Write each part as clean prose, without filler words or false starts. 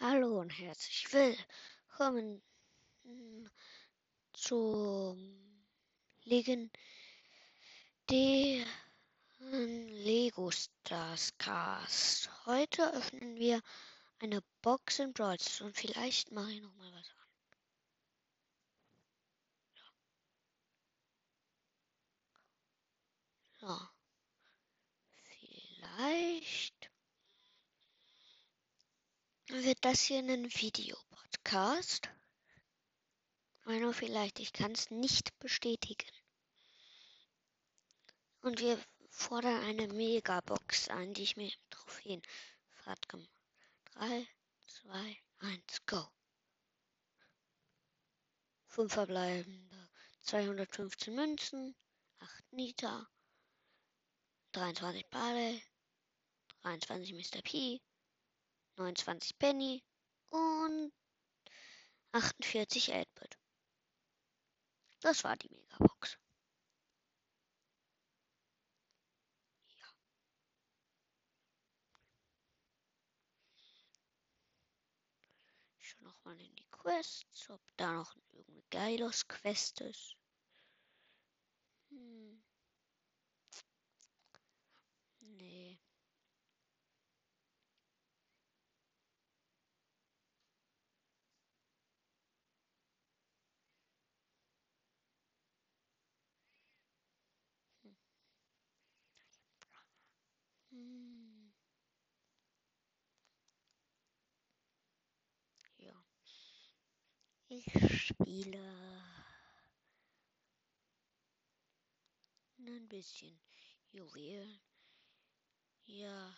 Hallo und herzlich willkommen zum legendären Lego Stars Cast. Heute öffnen wir eine Box in Brawl Stars und vielleicht mache ich noch mal was an. So, vielleicht wird das hier ein Videopodcast. Oder vielleicht, ich kann es nicht bestätigen. Und wir fordern eine Megabox ein, die ich mir im Trophäenfahrt gemacht habe. 3, 2, 1, go. 5 verbleibende, 215 Münzen, 8 Nita, 23 Barley, 23 Mr. P, 29 Penny und 48 8-Bit. Das war die Megabox. Ja. Ich schaue nochmal in die Quests, ob da noch irgendeine Geilos-Quest ist. Nee. Ja. Ich spiele ein bisschen Juwelen. Ja.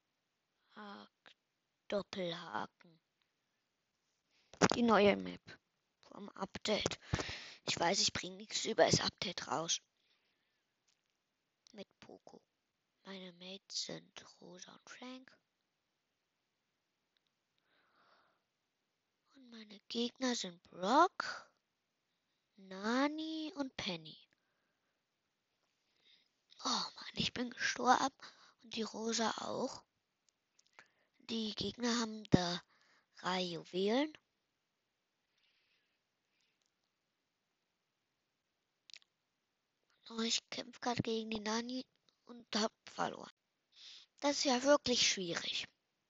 Doppelhaken. Die neue Map vom Update. Ich weiß, ich bringe nichts über das Update raus. Mit Poco. Meine Mates sind Rosa und Frank. Und meine Gegner sind Brock, Nani und Penny. Oh Mann, ich bin gestorben. Und die Rosa auch. Die Gegner haben da 3 Juwelen. Oh, ich kämpfe gerade gegen die Nani und hab verloren. Das ist ja wirklich schwierig.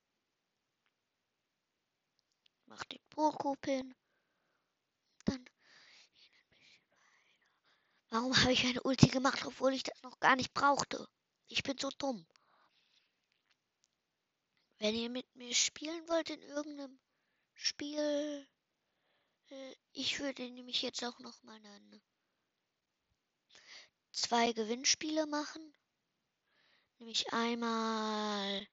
Mach den Poco-Pin. Dann warum habe ich eine Ulti gemacht, obwohl ich das noch gar nicht brauchte? Ich bin so dumm. Wenn ihr mit mir spielen wollt in irgendeinem Spiel, ich würde nämlich jetzt auch noch mal 2 Gewinnspiele machen. Nämlich einmal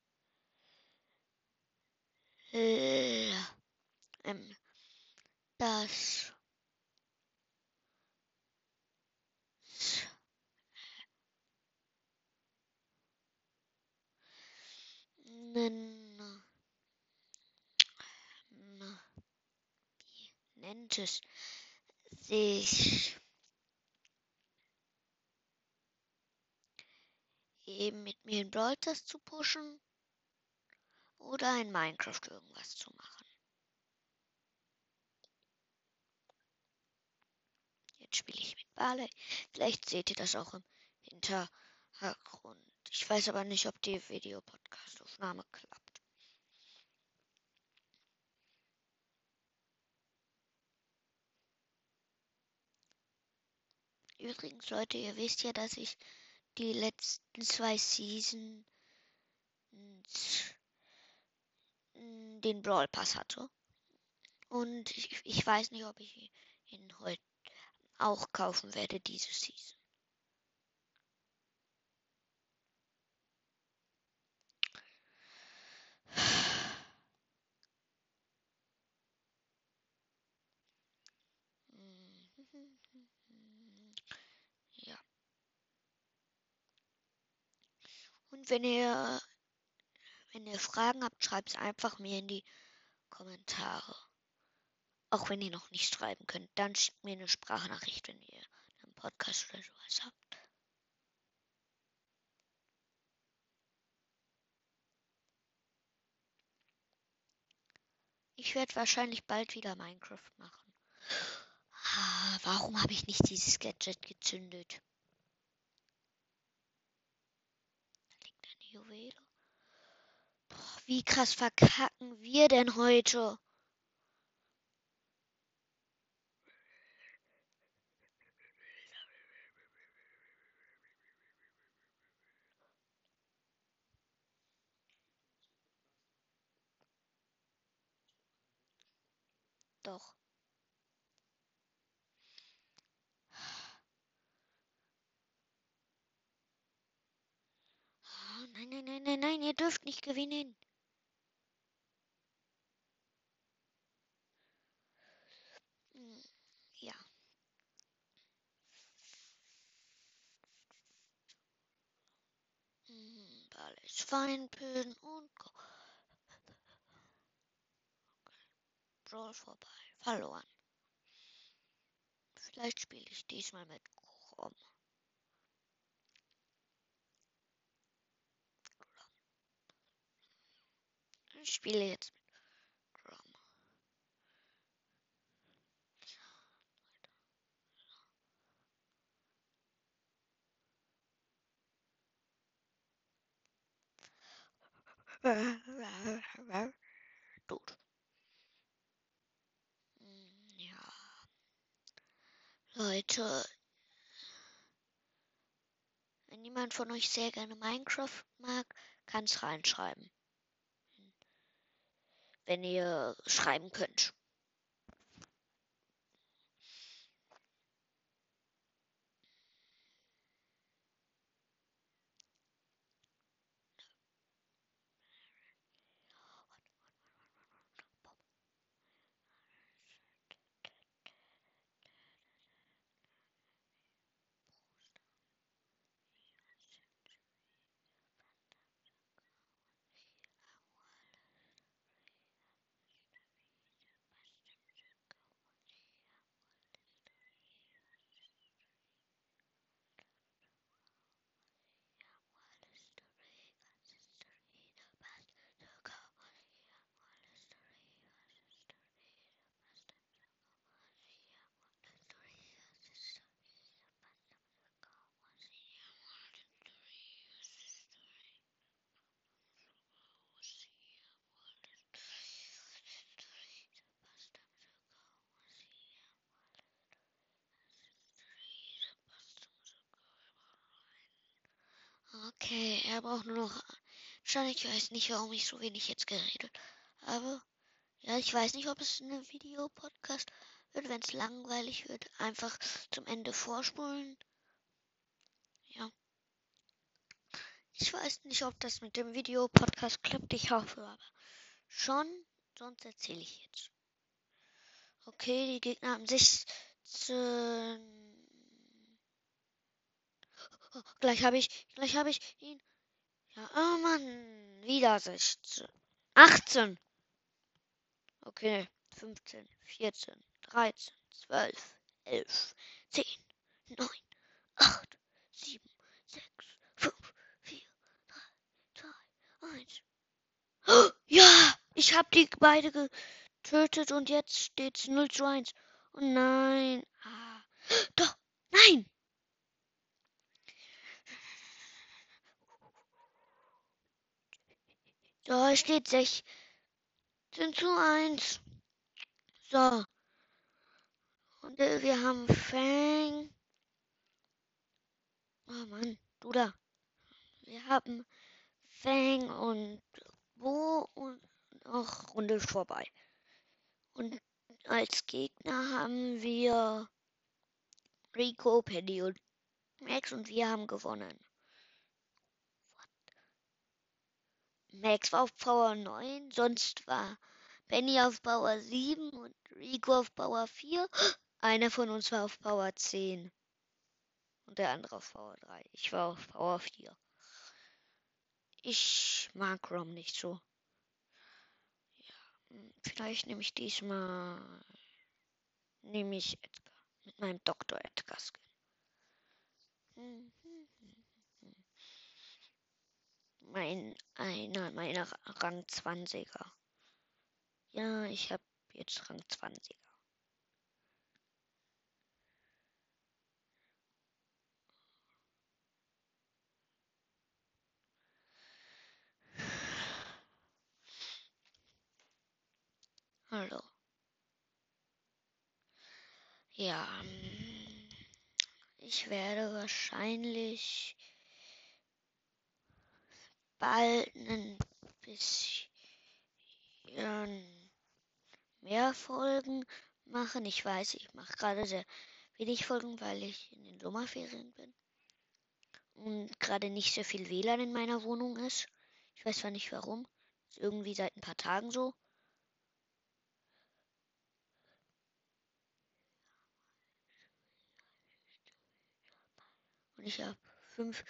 das wie nennt es sich eben mit mir in Brawl Stars zu pushen oder in Minecraft irgendwas zu machen. Jetzt spiele ich mit Barley. Vielleicht seht ihr das auch im Hintergrund. Ich weiß aber nicht, ob die Videopodcast-Aufnahme klappt. Übrigens, Leute, ihr wisst ja, dass ich die letzten 2 Seasons den Brawl Pass hatte. Und ich weiß nicht, ob ich ihn heute auch kaufen werde, diese Season. Ja. Und wenn ihr Fragen habt, schreibt es einfach mir in die Kommentare. Auch wenn ihr noch nicht schreiben könnt, dann schickt mir eine Sprachnachricht, wenn ihr einen Podcast oder sowas habt. ich werde wahrscheinlich bald wieder Minecraft machen. Warum habe ich nicht dieses Gadget gezündet? Da liegt eine Juwele. Boah, wie krass verkacken wir denn heute? Doch. Oh, nein, nein, nein, nein, nein, ihr dürft nicht gewinnen. Ja. Alles Schweinpin und Brawl vorbei. Verloren. Vielleicht spiele ich diesmal mit Chrom. Ich spiele jetzt mit Chrom. Gut. Ja. Leute, wenn jemand von euch sehr gerne Minecraft mag, kann es reinschreiben. Wenn ihr schreiben könnt. Okay, er braucht nur noch. Wahrscheinlich weiß nicht, warum ich so wenig jetzt geredet. Aber ja, ich weiß nicht, ob es eine Videopodcast wird. Wenn es langweilig wird, einfach zum Ende vorspulen. Ja. Ich weiß nicht, ob das mit dem Videopodcast klappt. Ich hoffe aber schon. Sonst erzähle ich jetzt. Okay, die Gegner haben 16. Oh, gleich habe ich ihn. Ja, oh Mann. Wieder 16. 18. Okay, 15, 14, 13, 12, 11, 10, 9, 8, 7, 6, 5, 4, 3, 2, 1. Oh, ja, ich habe die beide getötet und jetzt steht's 0:1. Oh nein. Doch, nein. So, es steht 16:1. So, und wir haben Fang. Oh Mann, du da. Wir haben Fang und Bo und noch Runde vorbei. Und als Gegner haben wir Rico, Penny und Max und wir haben gewonnen. Max war auf Power 9, sonst war Penny auf Power 7 und Rico auf Power 4. Einer von uns war auf Power 10 und der andere auf Power 3. Ich war auf Power 4. Ich mag Rom nicht so. Ja, vielleicht nehme ich diesmal Edgar mit meinem Dr. Edgar Skin. Einer meiner Rang 20er. Ja, ich habe jetzt Rang 20. Hallo. Ja, ich werde wahrscheinlich bald ein bisschen mehr Folgen machen. Ich weiß, ich mache gerade sehr wenig Folgen, weil ich in den Sommerferien bin und gerade nicht sehr viel WLAN in meiner Wohnung ist. Ich weiß zwar nicht warum. Ist irgendwie seit ein paar Tagen so. Und ich habe 5.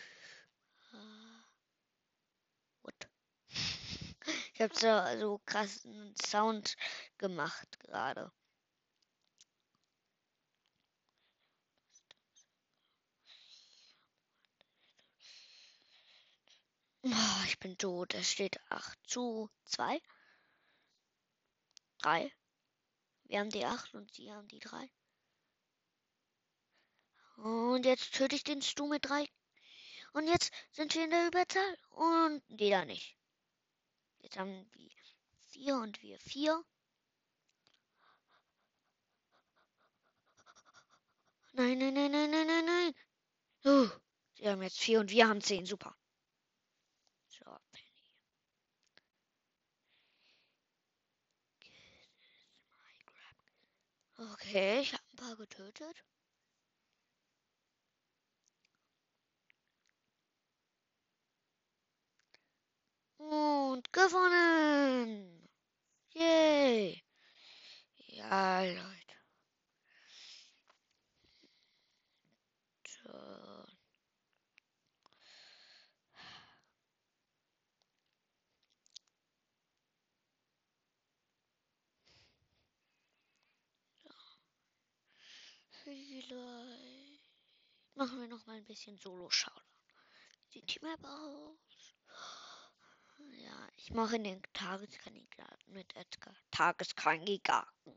What? Ich habe so krassen Sound gemacht gerade. Oh, ich bin tot. Es steht 8:2. 3. Wir haben die 8 und sie haben die 3. Und jetzt töte ich den Stu mit 3. Und jetzt sind wir in der Überzahl. Und jeder nicht. Jetzt haben die 4 und wir 4. Nein, nein, nein, nein, nein, nein, nein. Sie haben jetzt 4 und wir haben 10. Super. So, okay, ich habe ein paar getötet. Und gewonnen. Yay. Ja, Leute. So. Vielleicht machen wir noch mal ein bisschen Solo-Showdown. Sieht die Map aus? Ja, ich mache den Tageskandidaten mit Edgar. Tageskandidaten.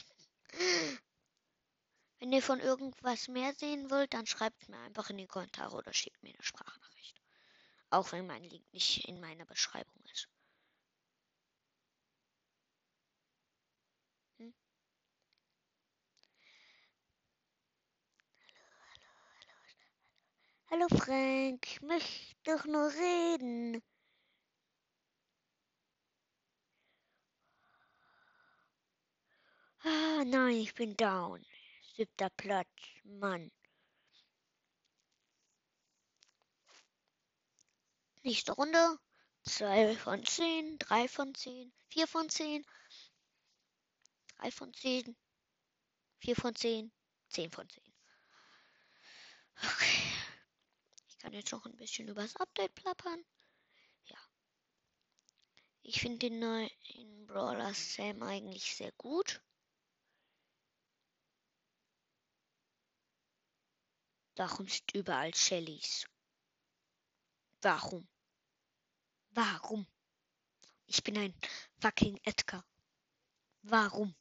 Wenn ihr von irgendwas mehr sehen wollt, dann schreibt es mir einfach in die Kommentare oder schickt mir eine Sprachnachricht. Auch wenn mein Link nicht in meiner Beschreibung ist. Hm? Hallo Frank, ich möchte doch nur reden. Ah, nein, ich bin down. 7. Platz, Mann. Nächste Runde. 2 von 10, 3 von 10, 4 von 10, 3 von 10, 4 von 10, 10 von 10. Okay. Ich kann jetzt noch ein bisschen über das Update plappern. Ja. Ich finde den neuen Brawler Sam eigentlich sehr gut. Warum sind überall Shellys? Warum? Warum? Ich bin ein fucking Edgar. Warum?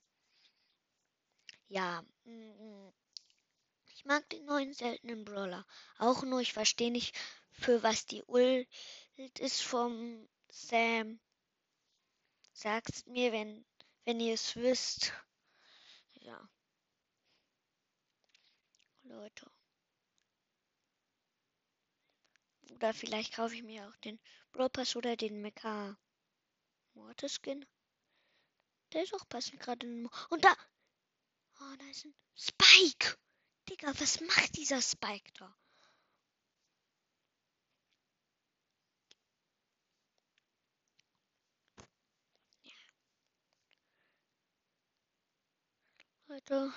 Ja, ich mag den neuen seltenen Brawler. Auch nur, ich verstehe nicht, für was die Ult ist vom Sam. Sagt's mir, wenn ihr es wisst. Ja, Leute. Oder vielleicht kaufe ich mir auch den Brawl Pass oder den Mecha Mortis Skin. Der ist auch passend gerade. Und da! Oh, da ist ein Spike! Digga, was macht dieser Spike da? Leute,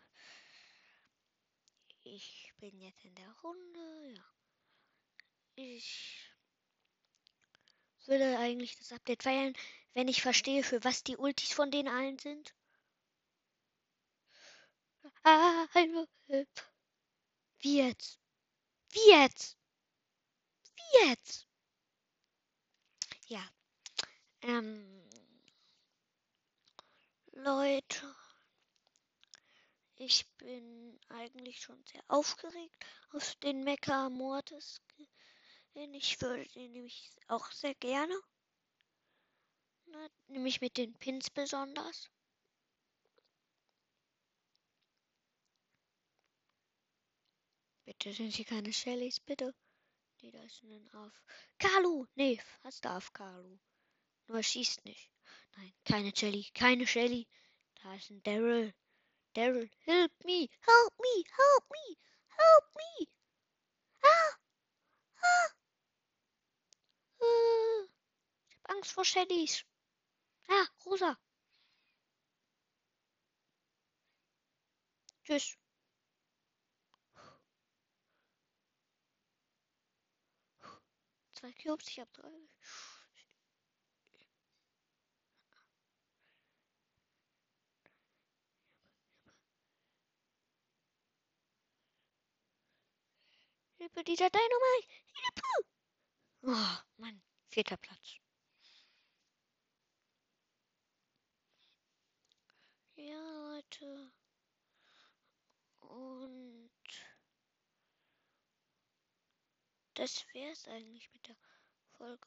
ich bin jetzt in der Runde. Ja. Ich würde eigentlich das Update feiern, wenn ich verstehe, für was die Ultis von denen allen sind. Ah, hallo. Wie jetzt? Wie jetzt? Wie jetzt? Ja. Ähm. Leute, ich bin eigentlich schon sehr aufgeregt auf den Mecha Mortis. Ich würde den nämlich auch sehr gerne. Nämlich mit den Pins besonders. Bitte sind hier keine Shellys, bitte. Nee, da ist ein auf. Carlo! Nee, fast auf Carlo. Nur er schießt nicht. Nein, keine Shelly, keine Shelly. Da ist ein Daryl. Daryl, help me, help me, help me, help me. Ah, ah. Ich hab Angst vor Shellys. Ah, Rosa. Tschüss. 2 Cubes, ich hab 3. Hilfe, dieser Dynamite. Hilfe. Oh, Mann, 4. Platz. Ja, Leute. Und das wär's eigentlich mit der Folge.